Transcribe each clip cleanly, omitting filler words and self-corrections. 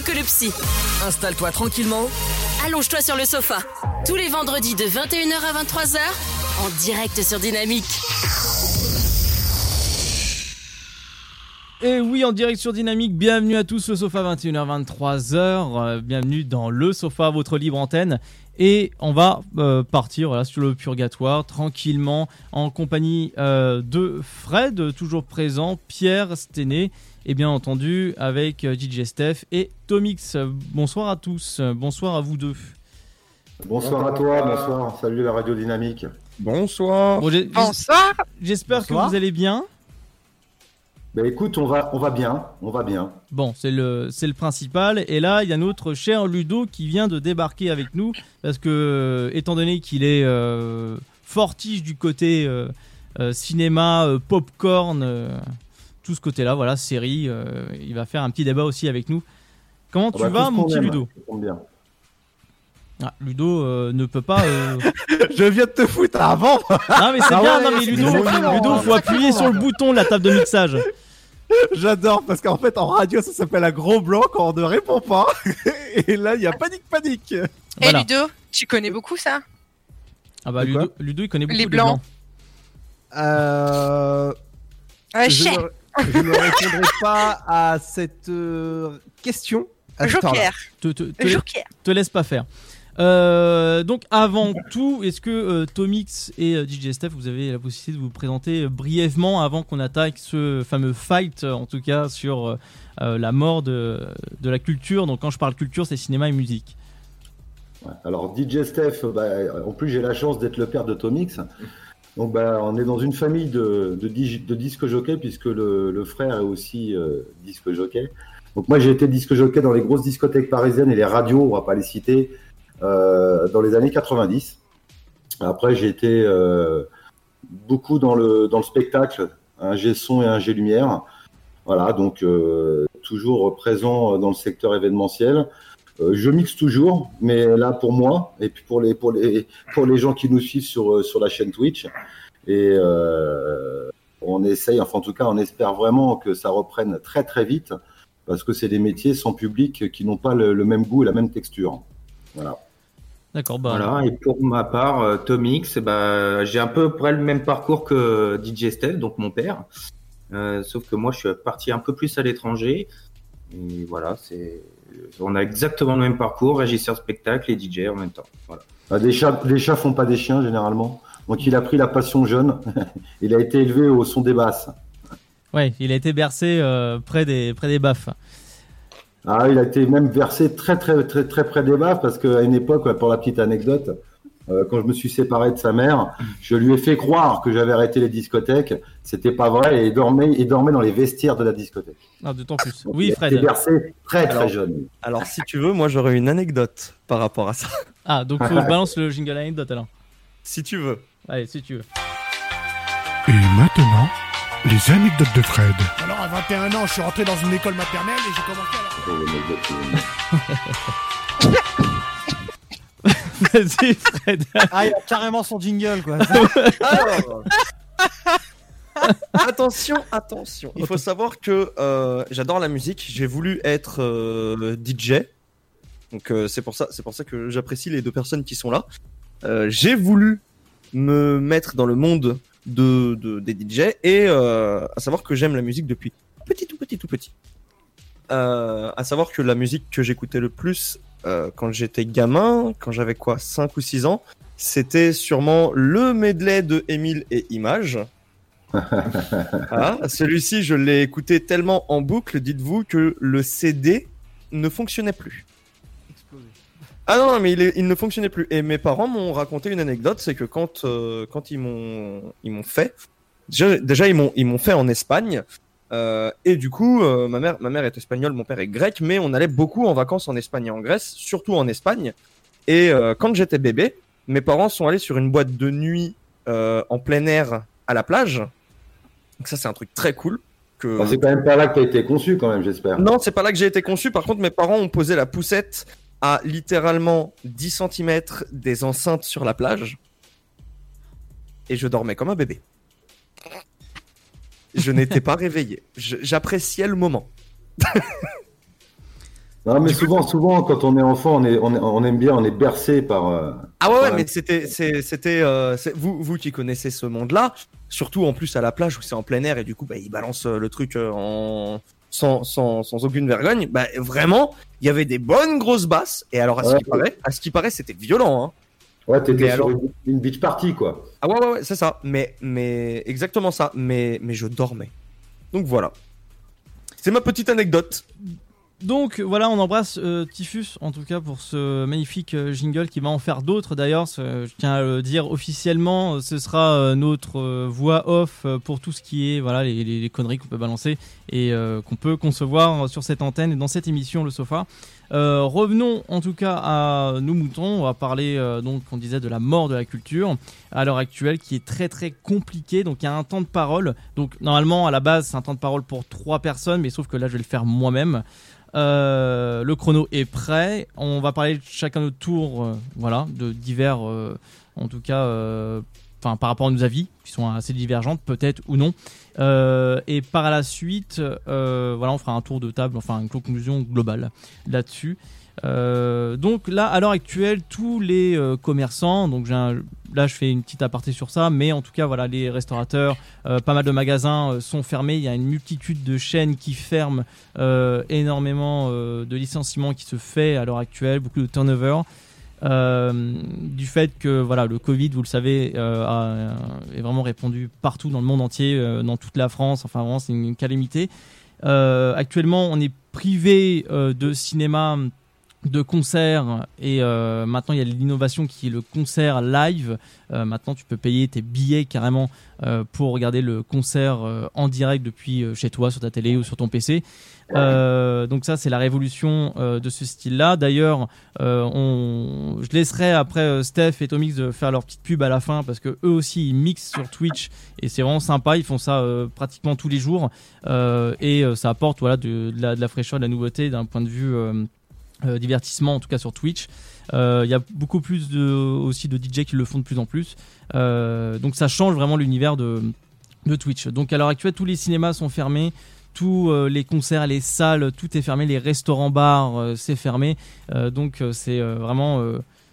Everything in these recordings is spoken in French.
mieux que le psy. Installe-toi tranquillement. Allonge-toi sur le sofa. Tous les vendredis de 21h à 23h, en direct sur Dynamique. Et oui, en direct sur Dynamique, bienvenue à tous, le sofa 21h, 23h. Bienvenue dans le sofa, votre libre antenne. Et on va partir sur le purgatoire, tranquillement, en compagnie de Fred, toujours présent, Pierre Stené, et bien entendu avec DJ Steph et Tomix. Bonsoir à tous, bonsoir à vous deux. Bonsoir à toi, bonsoir, salut la radio Dynamique. Bonsoir. Bon, Bonsoir. J'espère que vous allez bien. Bah écoute, on va bien. Bon, c'est le principal. Et là, il y a notre cher Ludo qui vient de débarquer avec nous parce que, étant donné qu'il est fortiche du côté cinéma, popcorn, tout ce côté-là, voilà, série, il va faire un petit débat aussi avec nous. Comment tu vas, mon petit Ludo ? Bien. Ah, Ludo ne peut pas. Je viens de te foutre avant. Non mais c'est bien. Non mais Ludo, faut appuyer sur le bouton de la table de mixage. J'adore parce qu'en fait en radio ça s'appelle un gros blanc quand on ne répond pas. Et là il y a panique. Et Ludo, tu connais beaucoup ça ? Ah bah Ludo il connaît beaucoup les de blancs. blancs. Je ne répondrai pas à cette question. Joker. Joker. Te laisse pas faire. Donc avant tout, est-ce que Tomix et DJ Steph, vous avez la possibilité de vous présenter brièvement avant qu'on attaque ce fameux fight, en tout cas sur la mort de la culture. Donc quand je parle culture, c'est cinéma et musique. Ouais, alors DJ Steph, en plus j'ai la chance d'être le père de Tomix. Donc on est dans une famille de disque jockey puisque le frère est aussi disque jockey. Donc moi j'ai été disque jockey dans les grosses discothèques parisiennes et les radios, on va pas les citer. Dans les années 90. Après, j'ai été beaucoup dans le spectacle, un G-son et un G-lumière. Voilà, donc toujours présent dans le secteur événementiel. Je mixe toujours, mais là pour moi et puis pour les gens qui nous suivent sur la chaîne Twitch. Et on essaye, enfin en tout cas, on espère vraiment que ça reprenne très très vite parce que c'est des métiers sans public qui n'ont pas le même goût et la même texture. Voilà. D'accord, Voilà, et pour ma part, Tomix, j'ai un peu près le même parcours que DJ Steph, donc mon père. Sauf que moi, je suis parti un peu plus à l'étranger. Et voilà, on a exactement le même parcours, régisseur spectacle et DJ en même temps. Voilà. Les chats font pas des chiens, généralement. Donc, il a pris la passion jeune. Il a été élevé au son des basses. Ouais, il a été bercé près des baffes. Ah, il a été même versé très très très très près des baffes parce qu'à une époque, pour la petite anecdote, quand je me suis séparé de sa mère, je lui ai fait croire que j'avais arrêté les discothèques. C'était pas vrai et il dormait dans les vestiaires de la discothèque. Ah, d'autant plus. Donc, oui, Fred. Il a été versé très jeune. Alors si tu veux, moi j'aurais une anecdote par rapport à ça. Ah, donc faut balance le jingle anecdote alors. Si tu veux. Allez, si tu veux. Et maintenant, les anecdotes de Fred. Alors à 21 ans, je suis rentré dans une école maternelle et j'ai commencé à Vas-y, Fred. Ah, il a carrément son jingle, quoi. Alors, attention. Il faut savoir que j'adore la musique. J'ai voulu être DJ. Donc c'est pour ça que j'apprécie les deux personnes qui sont là. J'ai voulu me mettre dans le monde des DJ et à savoir que j'aime la musique depuis tout petit. À savoir que la musique que j'écoutais le plus quand j'étais gamin, quand j'avais 5 ou 6 ans, c'était sûrement le medley de Émile et Images. Celui-ci, je l'ai écouté tellement en boucle, dites-vous que le CD ne fonctionnait plus. Ah non, mais il ne fonctionnait plus. Et mes parents m'ont raconté une anecdote, c'est que quand ils m'ont fait, déjà ils m'ont fait en Espagne. Et du coup, ma mère est espagnole, mon père est grec, mais on allait beaucoup en vacances en Espagne et en Grèce, surtout en Espagne. Et quand j'étais bébé, mes parents sont allés sur une boîte de nuit en plein air à la plage. Donc ça, c'est un truc très cool. C'est quand même pas là que tu as été conçu, quand même, j'espère. Non, c'est pas là que j'ai été conçu. Par contre, mes parents ont posé la poussette à littéralement 10 cm des enceintes sur la plage. Et je dormais comme un bébé. Je n'étais pas réveillé. J'appréciais le moment. Non, mais souvent, quand on est enfant, on aime bien, on est bercé par. Ah ouais, mais c'était vous qui connaissez ce monde-là, surtout en plus à la plage où c'est en plein air et du coup, ils balancent le truc sans aucune vergogne. Vraiment, il y avait des bonnes grosses basses. Et alors, à ce qui paraît, c'était violent. Hein. Ouais, t'étais sur une beach party, quoi. Ah ouais, c'est ça. Mais exactement ça. Mais je dormais. Donc voilà. C'est ma petite anecdote. Donc voilà, on embrasse Typhus en tout cas pour ce magnifique jingle qui va en faire d'autres d'ailleurs. Je tiens à le dire officiellement, ce sera notre voix off pour tout ce qui est voilà les conneries qu'on peut balancer et qu'on peut concevoir sur cette antenne et dans cette émission Le Sofa. Revenons en tout cas à nos moutons. On va parler donc on disait de la mort de la culture à l'heure actuelle qui est très très compliqué. Donc il y a un temps de parole. Donc normalement à la base c'est un temps de parole pour 3 personnes, mais sauf que là je vais le faire moi-même. Le chrono est prêt. On va parler chacun notre tour, voilà, de divers, en tout cas, par rapport à nos avis qui sont assez divergentes, peut-être ou non. Et par la suite, voilà, on fera un tour de table, enfin une conclusion globale là-dessus. Donc là, à l'heure actuelle, tous les commerçants, donc là je fais une petite aparté sur ça, mais en tout cas voilà, les restaurateurs, pas mal de magasins sont fermés, il y a une multitude de chaînes qui ferment, énormément de licenciements qui se fait à l'heure actuelle, beaucoup de turnover, du fait que voilà, le Covid, vous le savez, est vraiment répandu partout dans le monde entier, dans toute la France, enfin vraiment c'est une calamité. Actuellement on est privé de cinéma, de concerts et maintenant il y a l'innovation qui est le concert live. Maintenant tu peux payer tes billets carrément pour regarder le concert en direct depuis chez toi sur ta télé ou sur ton PC. Donc ça c'est la révolution de ce style-là. D'ailleurs je laisserai après Steph et Tomix de faire leur petite pub à la fin parce que eux aussi ils mixent sur Twitch et c'est vraiment sympa. Ils font ça pratiquement tous les jours et ça apporte voilà de la fraîcheur, de la nouveauté d'un point de vue divertissement en tout cas sur Twitch. Il y a beaucoup plus aussi de DJ qui le font de plus en plus, donc ça change vraiment l'univers de Twitch. Donc à l'heure actuelle tous les cinémas sont fermés, tous les concerts, les salles, tout est fermé, les restaurants, bars, c'est fermé, donc c'est vraiment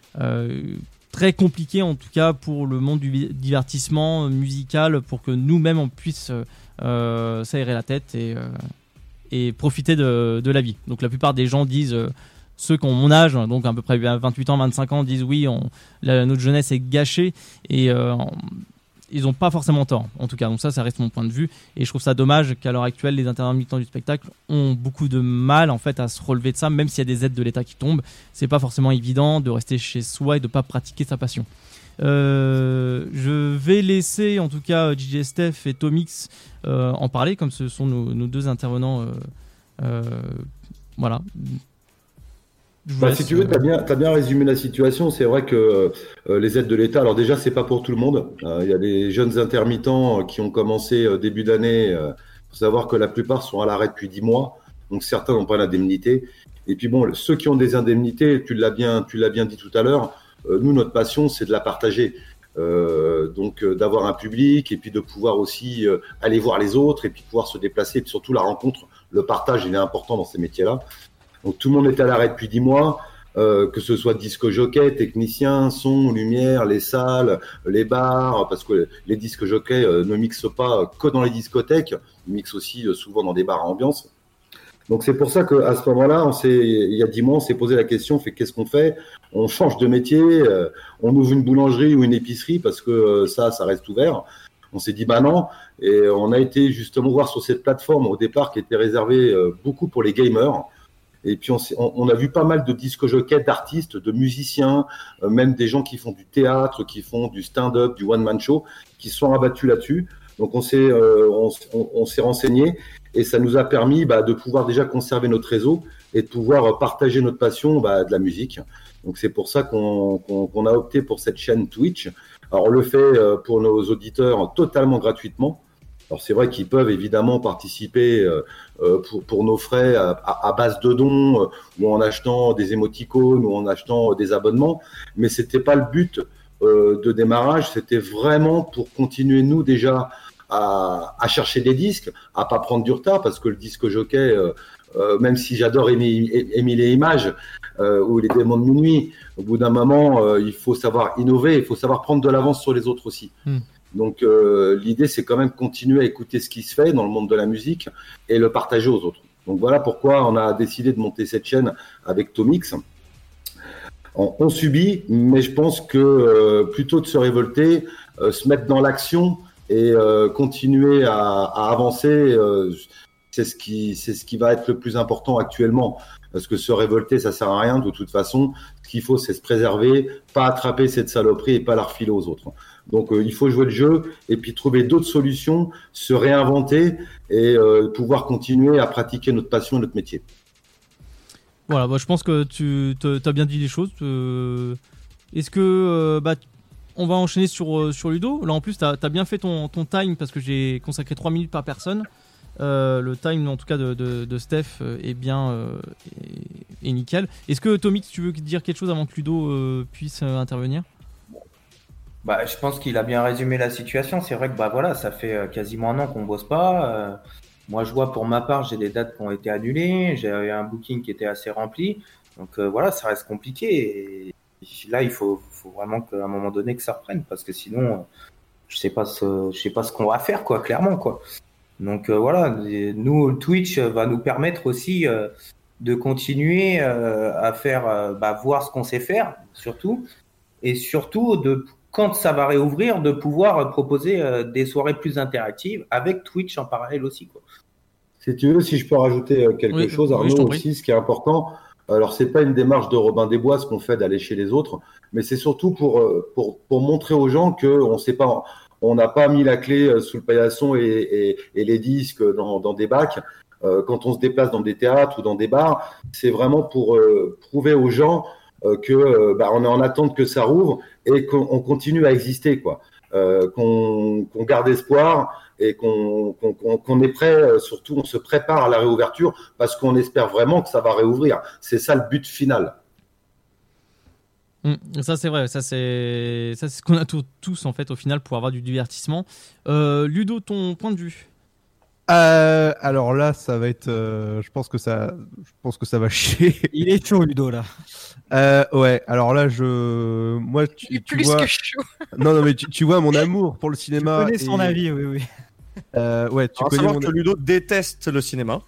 très compliqué en tout cas pour le monde du divertissement musical, pour que nous-mêmes on puisse s'aérer la tête et profiter de la vie. Donc la plupart des gens disent, ceux qui ont mon âge, donc à peu près 28 ans, 25 ans, disent oui, notre jeunesse est gâchée et ils n'ont pas forcément tort, en tout cas. Donc ça reste mon point de vue et je trouve ça dommage qu'à l'heure actuelle, les intermittents du spectacle ont beaucoup de mal en fait à se relever de ça, même s'il y a des aides de l'État qui tombent. C'est pas forcément évident de rester chez soi et de pas pratiquer sa passion. Je vais laisser en tout cas DJ Steph et Tomix en parler, comme ce sont nos deux intervenants. Voilà. Si tu veux, t'as bien résumé la situation. C'est vrai que les aides de l'État, alors déjà, c'est pas pour tout le monde. Il y a des jeunes intermittents qui ont commencé début d'année. Faut savoir que la plupart sont à l'arrêt depuis 10 mois. Donc certains n'ont pas l'indemnité. Et puis bon, ceux qui ont des indemnités, tu l'as bien dit tout à l'heure. Nous, notre passion, c'est de la partager. Donc d'avoir un public et puis de pouvoir aussi aller voir les autres et puis pouvoir se déplacer. Et puis surtout la rencontre, le partage, il est important dans ces métiers-là. Donc tout le monde est à l'arrêt depuis 10 mois, que ce soit disque jockey, technicien, son, lumière, les salles, les bars, parce que les disques jockeys ne mixent pas que dans les discothèques, ils mixent aussi souvent dans des bars à ambiance. Donc c'est pour ça qu'à ce moment-là, il y a 10 mois, on s'est posé la question, qu'est-ce qu'on fait ? On change de métier, on ouvre une boulangerie ou une épicerie parce que ça reste ouvert. On s'est dit non, et on a été justement voir sur cette plateforme au départ qui était réservée beaucoup pour les gamers. Et puis on a vu pas mal de disques jockeys, d'artistes, de musiciens, même des gens qui font du théâtre, qui font du stand-up, du one-man show, qui se sont rabattus là-dessus. Donc on s'est renseigné et ça nous a permis de pouvoir déjà conserver notre réseau et de pouvoir partager notre passion de la musique. Donc c'est pour ça qu'on a opté pour cette chaîne Twitch. Alors on le fait pour nos auditeurs totalement gratuitement. Alors c'est vrai qu'ils peuvent évidemment participer pour nos frais à base de dons ou en achetant des émoticônes ou en achetant des abonnements, mais c'était pas le but de démarrage, c'était vraiment pour continuer nous déjà à chercher des disques, à pas prendre du retard parce que le disque jockey même si j'adore Émile et Images ou les démons de minuit, au bout d'un moment, il faut savoir innover, il faut savoir prendre de l'avance sur les autres aussi. Donc l'idée, c'est quand même continuer à écouter ce qui se fait dans le monde de la musique et le partager aux autres. Donc voilà pourquoi on a décidé de monter cette chaîne avec Tomix. On subit, mais je pense que plutôt de se révolter, se mettre dans l'action et continuer à avancer, c'est ce qui va être le plus important actuellement. Parce que se révolter, ça sert à rien de toute façon. Ce qu'il faut, c'est se préserver, pas attraper cette saloperie et pas la refiler aux autres. Donc il faut jouer le jeu et puis trouver d'autres solutions, se réinventer et pouvoir continuer à pratiquer notre passion et notre métier. Voilà, je pense que tu as bien dit les choses. Est-ce que on va enchaîner sur Ludo? Là en plus tu as bien fait ton time parce que j'ai consacré 3 minutes par personne. Le time en tout cas de Steph est bien est nickel. Est-ce que Tomix, tu veux dire quelque chose avant que Ludo puisse intervenir? Je pense qu'il a bien résumé la situation. C'est vrai que voilà, ça fait quasiment un an qu'on bosse pas. Moi, je vois pour ma part, j'ai des dates qui ont été annulées, j'ai un booking qui était assez rempli. Donc voilà, ça reste compliqué. Et là, il faut vraiment qu'à un moment donné que ça reprenne, parce que sinon, je sais pas ce qu'on va faire, quoi, clairement, quoi. Donc voilà, nous, Twitch va nous permettre aussi de continuer à faire, voir ce qu'on sait faire, surtout, et surtout quand ça va réouvrir, de pouvoir proposer des soirées plus interactives avec Twitch en parallèle aussi, quoi. Si tu veux, si je peux rajouter quelque chose, Arnaud, aussi, ce qui est important, alors c'est pas une démarche de Robin des Bois, ce qu'on fait d'aller chez les autres, mais c'est surtout pour montrer aux gens on n'a pas mis la clé sous le paillasson et les disques dans des bacs. Quand on se déplace dans des théâtres ou dans des bars, c'est vraiment pour prouver aux gens que on est en attente que ça rouvre et qu'on continue à exister, quoi. Qu'on garde espoir et qu'on est prêt, surtout on se prépare à la réouverture parce qu'on espère vraiment que ça va réouvrir. C'est ça le but final. Ça c'est vrai, ça c'est ce qu'on a tous en fait au final pour avoir du divertissement. Ludo, ton point de vue? Alors là, ça va être, je pense que ça va chier. Il est chaud, Ludo, là. Ouais. Alors là, moi, il est plus que chaud. Non, mais tu vois mon amour pour le cinéma. Tu connais son avis, oui. Ouais, tu connais savoir que Ludo déteste le cinéma.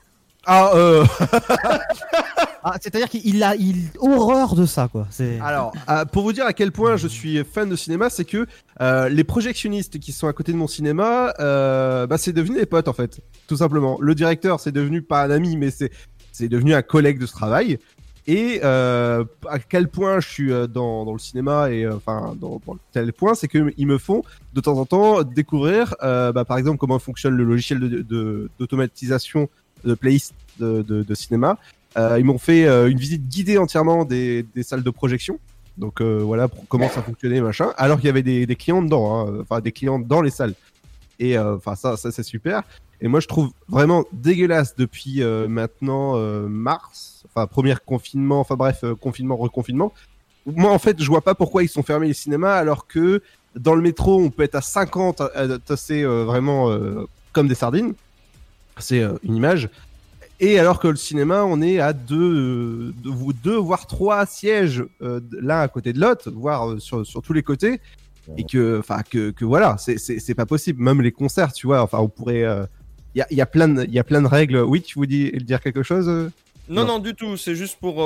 C'est-à-dire qu'il a horreur de ça, quoi. Alors, pour vous dire à quel point je suis fan de cinéma, c'est que les projectionnistes qui sont à côté de mon cinéma, c'est devenu des potes en fait, tout simplement. Le directeur, c'est devenu pas un ami, mais c'est devenu un collègue de ce travail. Et à quel point je suis dans le cinéma et dans tel point, c'est qu'ils me font de temps en temps découvrir, par exemple, comment fonctionne le logiciel d'automatisation de playlist de cinéma. Ils m'ont fait une visite guidée entièrement des salles de projection. Donc voilà comment ça fonctionnait, machin. Alors qu'il y avait des clients dedans, des clients dans les salles. Et ça c'est super. Et moi je trouve vraiment dégueulasse depuis maintenant mars, premier confinement, confinement, reconfinement. Moi en fait je vois pas pourquoi ils sont fermés les cinémas alors que dans le métro on peut être à 50 tasser vraiment comme des sardines. C'est une image. Et alors que le cinéma, on est à deux voire 3 sièges l'un à côté de l'autre, voire sur tous les côtés, et que voilà, c'est pas possible. Même les concerts, tu vois, on pourrait, il y a plein de règles. Oui, tu voulais dire quelque chose? Non, du tout. C'est juste pour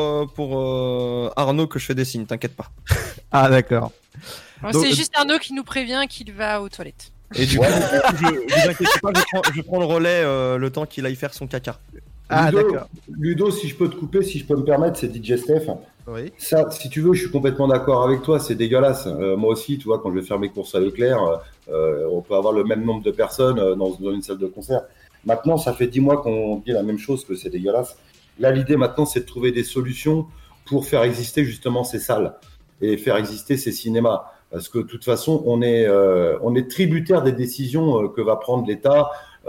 Arnaud que je fais des signes. T'inquiète pas. Ah d'accord. C'est juste Arnaud qui nous prévient qu'il va aux toilettes. Et du coup, vous inquiétez pas, je prends le relais le temps qu'il aille faire son caca. Ludo, si je peux te couper, si je peux me permettre, c'est DJ Steph. Oui. Ça, si tu veux, je suis complètement d'accord avec toi, c'est dégueulasse. Moi aussi, tu vois, quand je vais faire mes courses à Leclerc, on peut avoir le même nombre de personnes dans une salle de concert. Maintenant, ça fait 10 mois qu'on dit la même chose, que c'est dégueulasse. Là, l'idée maintenant, c'est de trouver des solutions pour faire exister justement ces salles et faire exister ces cinémas. Parce que de toute façon, on est tributaire des décisions que va prendre l'État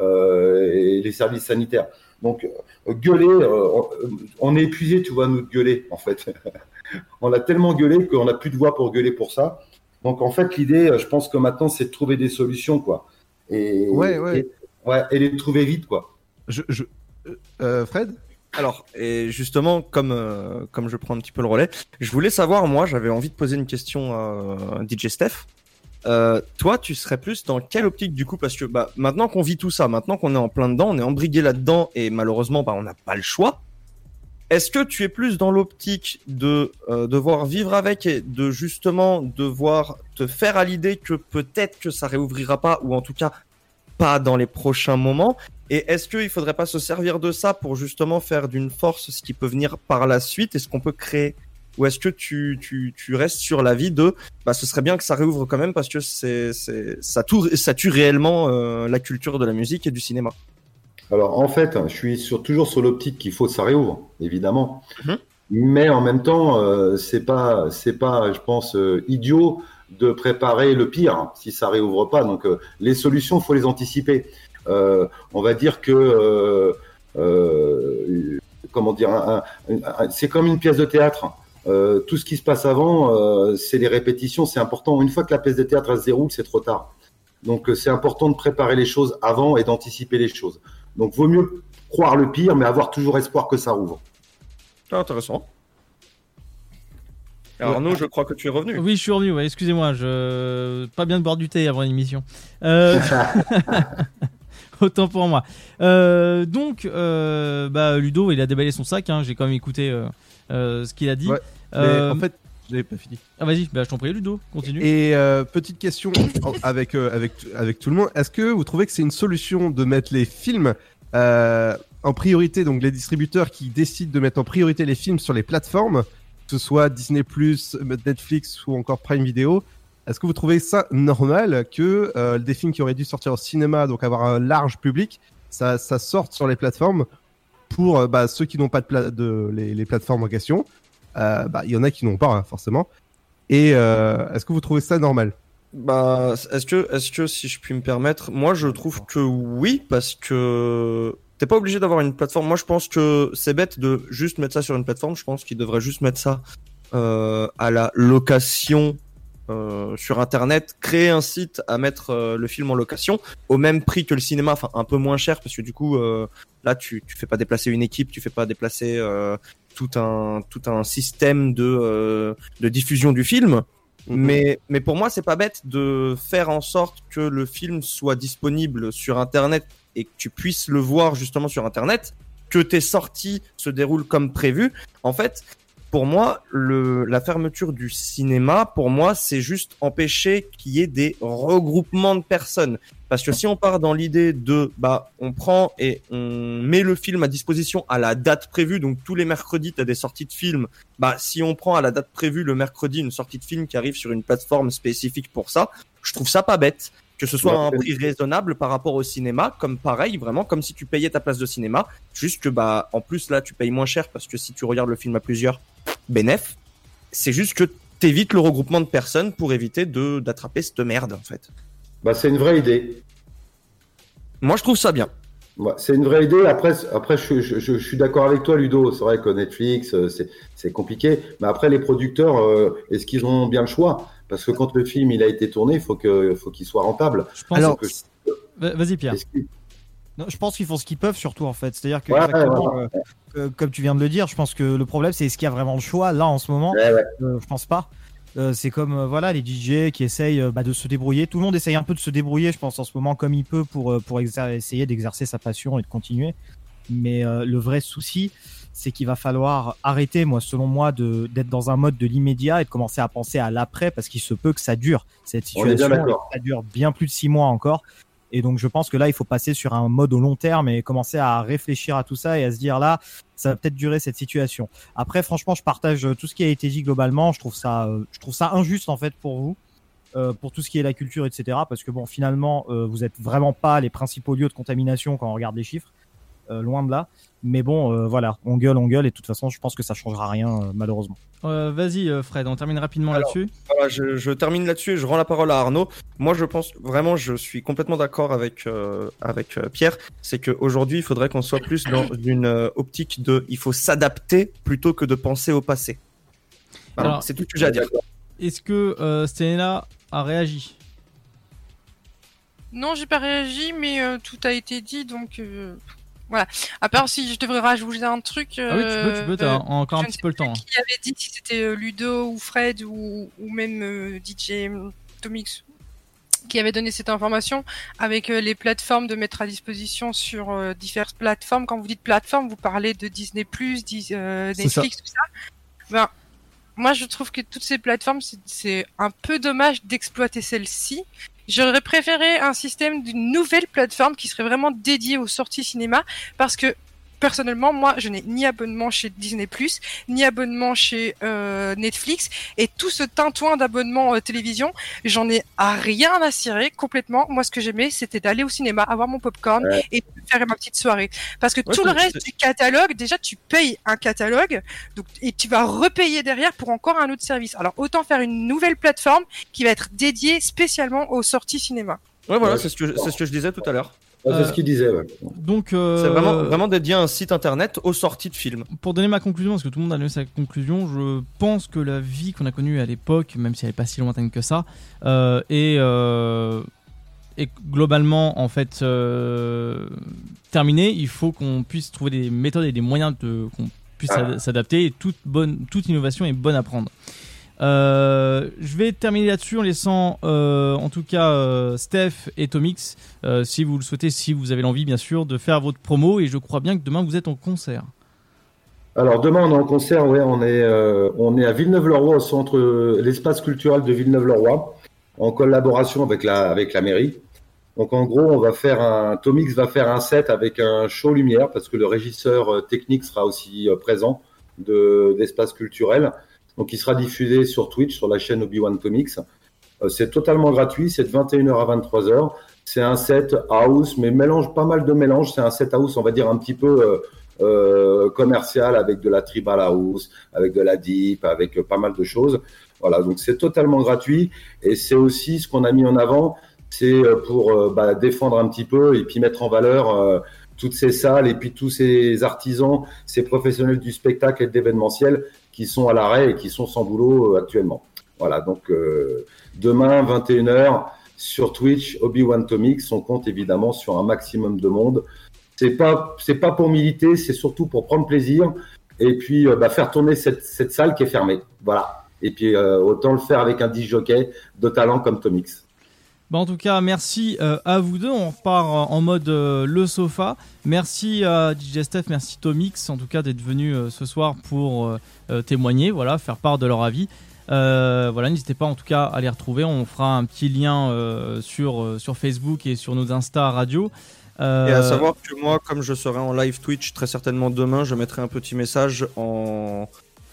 et les services sanitaires. Donc, gueuler, on est épuisé, tu vois, nous, de gueuler, en fait. On a tellement gueulé qu'on n'a plus de voix pour gueuler pour ça. Donc, en fait, l'idée, je pense que maintenant, c'est de trouver des solutions, quoi. Et les trouver vite, quoi. Fred ? Alors, et justement, comme je prends un petit peu le relais, je voulais savoir, moi, j'avais envie de poser une question à DJ Steph. Toi, tu serais plus dans quelle optique du coup? Parce que maintenant qu'on vit tout ça, maintenant qu'on est en plein dedans, on est embrigué là-dedans et malheureusement, on n'a pas le choix. Est-ce que tu es plus dans l'optique de devoir vivre avec et de justement devoir te faire à l'idée que peut-être que ça réouvrira pas, ou en tout cas pas dans les prochains moments? Et est-ce qu'il faudrait pas se servir de ça pour justement faire d'une force ce qui peut venir par la suite et ce qu'on peut créer? Ou est-ce que tu restes sur l'avis de ce serait bien que ça réouvre quand même parce que ça tue réellement la culture de la musique et du cinéma? Alors en fait, je suis toujours sur l'optique qu'il faut que ça réouvre, évidemment. Mais en même temps, c'est pas, je pense, idiot de préparer le pire si ça réouvre pas. Donc les solutions, faut les anticiper. On va dire que comment dire, c'est comme une pièce de théâtre. Tout ce qui se passe avant, c'est les répétitions, c'est important. Une fois que la pièce de théâtre elle se déroule, c'est trop tard. Donc c'est important de préparer les choses avant et d'anticiper les choses. Donc vaut mieux croire le pire, mais avoir toujours espoir que ça rouvre. Ah, intéressant. Alors Arnaud, je crois que tu es revenu. Oui, je suis revenu. Ouais, excusez-moi, pas bien de boire du thé avant l'émission. Autant pour moi. Donc, Ludo, il a déballé son sac. Hein. J'ai quand même écouté ce qu'il a dit. Ouais, mais en fait, je n'avais pas fini. Ah vas-y, je t'en prie, Ludo, continue. Et petite question avec tout le monde. Est-ce que vous trouvez que c'est une solution de mettre les films en priorité, donc les distributeurs qui décident de mettre en priorité les films sur les plateformes, que ce soit Disney+, Netflix ou encore Prime Video? Est-ce que vous trouvez ça normal que des films qui auraient dû sortir au cinéma, donc avoir un large public, ça sorte sur les plateformes pour ceux qui n'ont pas les plateformes en question? Il y en a qui n'ont pas, hein, forcément. Et est-ce que vous trouvez ça normal? Est-ce que si je puis me permettre, moi je trouve que oui, parce que t'es pas obligé d'avoir une plateforme. Moi je pense que c'est bête de juste mettre ça sur une plateforme. Je pense qu'ils devraient juste mettre ça à la location sur internet, créer un site à mettre le film en location au même prix que le cinéma, enfin un peu moins cher, parce que du coup là tu fais pas déplacer une équipe, tu fais pas déplacer tout un système de diffusion du film. Mais pour moi, c'est pas bête de faire en sorte que le film soit disponible sur Internet et que tu puisses le voir justement sur Internet, que tes sorties se déroulent comme prévu. En fait, pour moi, la fermeture du cinéma, pour moi, c'est juste empêcher qu'il y ait des regroupements de personnes. Parce que si on part dans l'idée de, on prend et on met le film à disposition à la date prévue, donc tous les mercredis, t'as des sorties de films, si on prend à la date prévue le mercredi une sortie de film qui arrive sur une plateforme spécifique pour ça, je trouve ça pas bête. Que ce soit à un prix raisonnable par rapport au cinéma, comme pareil, vraiment, comme si tu payais ta place de cinéma, juste que, en plus, là, tu payes moins cher parce que si tu regardes le film à plusieurs, bénéf, c'est juste que t'évites le regroupement de personnes pour éviter d'attraper cette merde, en fait. C'est une vraie idée. Moi, je trouve ça bien. Ouais, c'est une vraie idée. Après, je suis d'accord avec toi, Ludo. C'est vrai que Netflix, c'est compliqué. Mais après, les producteurs, est-ce qu'ils ont bien le choix? Parce que quand le film il a été tourné, il faut qu'il soit rentable. Vas-y, Pierre. Non, je pense qu'ils font ce qu'ils peuvent, surtout en fait. C'est-à-dire que, comme tu viens de le dire, je pense que le problème, c'est est-ce qu'il y a vraiment le choix là en ce moment? Je pense pas. C'est comme les DJ qui essayent de se débrouiller. Tout le monde essaye un peu de se débrouiller, je pense, en ce moment comme il peut pour essayer d'exercer sa passion et de continuer. Mais le vrai souci, c'est qu'il va falloir arrêter, selon moi, d'être dans un mode de l'immédiat et de commencer à penser à l'après, parce qu'il se peut que ça dure. Cette situation, ça dure bien plus de 6 mois encore. Et donc, je pense que là, il faut passer sur un mode au long terme et commencer à réfléchir à tout ça et à se dire là, ça va peut-être durer cette situation. Après, franchement, je partage tout ce qui a été dit globalement. Je trouve ça injuste en fait pour vous, pour tout ce qui est la culture, etc. Parce que finalement, vous êtes vraiment pas les principaux lieux de contamination quand on regarde les chiffres, loin de là. Mais on gueule et de toute façon, je pense que ça changera rien malheureusement. Vas-y Fred, on termine rapidement là-dessus. Voilà, je termine là-dessus et je rends la parole à Arnaud. Moi, je pense vraiment, je suis complètement d'accord avec Pierre. C'est qu'aujourd'hui, il faudrait qu'on soit plus dans une optique il faut s'adapter plutôt que de penser au passé. Voilà, alors, c'est tout ce que j'ai à dire. Est-ce que Stella a réagi? Non, j'ai pas réagi, mais tout a été dit, donc Voilà. À part si je devrais rajouter un truc. Ah oui, tu peux, t'as encore un petit peu le temps. Qui avait dit si c'était Ludo ou Fred ou même DJ Tomix qui avait donné cette information avec les plateformes de mettre à disposition sur diverses plateformes. Quand vous dites plateforme, vous parlez de Disney+, Netflix, tout ça. Ben, moi, je trouve que toutes ces plateformes, c'est un peu dommage d'exploiter celles-ci. J'aurais préféré un système d'une nouvelle plateforme qui serait vraiment dédiée aux sorties cinéma, parce que personnellement, moi, je n'ai ni abonnement chez Disney+, ni abonnement chez Netflix, et tout ce tintouin d'abonnement télévision, j'en ai à rien à cirer complètement. Moi, ce que j'aimais, c'était d'aller au cinéma, avoir mon popcorn et faire ma petite soirée. Parce que tout le reste du catalogue, déjà, tu payes un catalogue, donc, et tu vas repayer derrière pour encore un autre service. Alors, autant faire une nouvelle plateforme qui va être dédiée spécialement aux sorties cinéma. Ouais, voilà, c'est ce que je disais tout à l'heure. C'est ce qu'il disait, ouais. Donc, c'est vraiment dédié à un site internet aux sorties de films. Pour donner ma conclusion, parce que tout le monde a donné sa conclusion, je pense que la vie qu'on a connue à l'époque, même si elle n'est pas si lointaine que ça, est globalement en fait terminée. Il faut qu'on puisse trouver des méthodes et des moyens qu'on puisse s'adapter, et toute innovation est bonne à prendre. Je vais terminer là-dessus en laissant en tout cas Steph et Tomix, si vous le souhaitez, si vous avez l'envie bien sûr, de faire votre promo, et je crois bien que demain vous êtes en concert. Alors demain on est en concert, ouais, on est à Villeneuve-le-Roi, au centre l'espace culturel de Villeneuve-le-Roi, en collaboration avec la mairie. Donc en gros Tomix va faire un set avec un show lumière, parce que le régisseur technique sera aussi présent d'espace culturel. Donc, il sera diffusé sur Twitch, sur la chaîne Obi-Wan Tomix. C'est totalement gratuit, c'est de 21h à 23h. C'est un set house, mais pas mal de mélange. C'est un set house, on va dire, un petit peu commercial, avec de la tribal house, avec de la deep, avec pas mal de choses. Voilà, donc c'est totalement gratuit. Et c'est aussi ce qu'on a mis en avant, c'est pour défendre un petit peu et puis mettre en valeur toutes ces salles et puis tous ces artisans, ces professionnels du spectacle et de l'événementiel qui sont à l'arrêt et qui sont sans boulot actuellement. Voilà, donc demain, 21h, sur Twitch, Obi-Wan Tomix, on compte évidemment sur un maximum de monde. C'est pas pour militer, c'est surtout pour prendre plaisir et puis faire tourner cette salle qui est fermée. Voilà. Et puis autant le faire avec un disc jockey de talent comme Tomix. En tout cas, merci à vous deux. On repart en mode le sofa. Merci à DJ Steph, merci Tomix, en tout cas d'être venus ce soir pour témoigner, voilà, faire part de leur avis. Voilà, n'hésitez pas en tout cas à les retrouver. On fera un petit lien sur Facebook et sur nos Insta radio. Et à savoir que moi, comme je serai en live Twitch très certainement demain, je mettrai un petit message en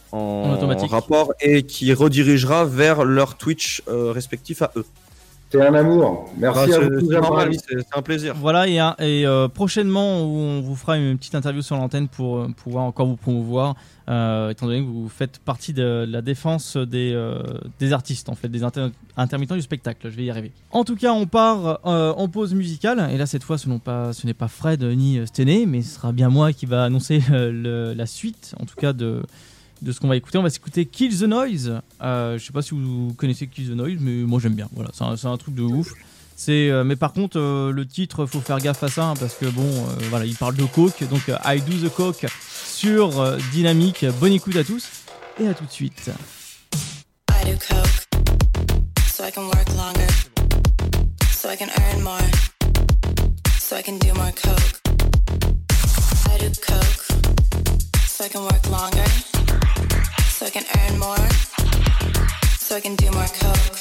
rapport et qui redirigera vers leur Twitch respectif à eux. C'est un amour. Merci à vous. C'est normal, c'est un plaisir. Voilà, et prochainement, on vous fera une petite interview sur l'antenne pour pouvoir encore vous promouvoir, étant donné que vous faites partie de la défense des artistes, en fait, des intermittents du spectacle. Je vais y arriver. En tout cas, on part en pause musicale. Et là, cette fois, ce n'est pas Fred ni Stené, mais ce sera bien moi qui va annoncer la suite, en tout cas de ce qu'on va écouter. On va s'écouter Kill the Noise. Je sais pas si vous connaissez Kill the Noise, mais moi j'aime bien. Voilà, c'est un truc de ouf. Mais par contre, le titre, faut faire gaffe à ça, hein, parce que voilà, il parle de coke. Donc I Do the Coke sur Dynamique. Bonne écoute à tous et à tout de suite. I do coke, so I can work longer, so I can earn more, so I can do more coke. I do coke, so I can work longer, so I can earn more, so I can do more coke.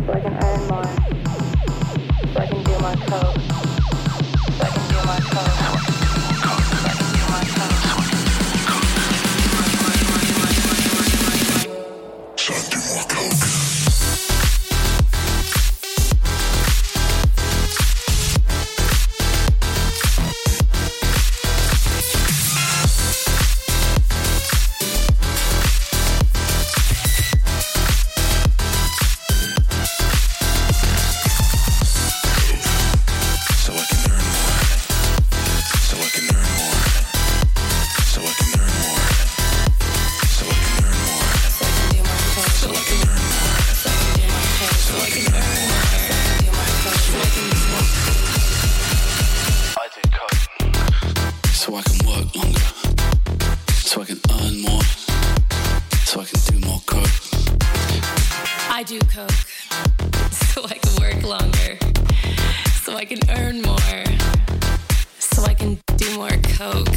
so I can earn more, so I can do more coke, so I can do more coke, so I can do more coke. I do coke so I can work longer, so I can earn more, so I can do more coke.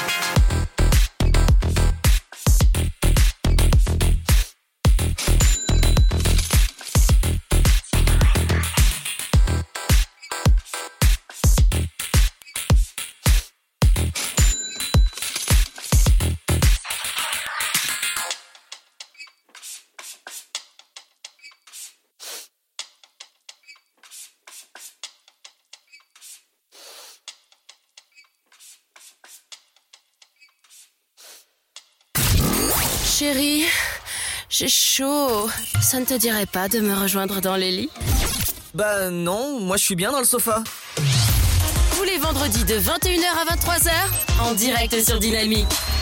Chérie, j'ai chaud. Ça ne te dirait pas de me rejoindre dans les lits? Bah non, moi je suis bien dans le sofa. Tous les vendredis de 21h à 23h, en direct sur Dynamique.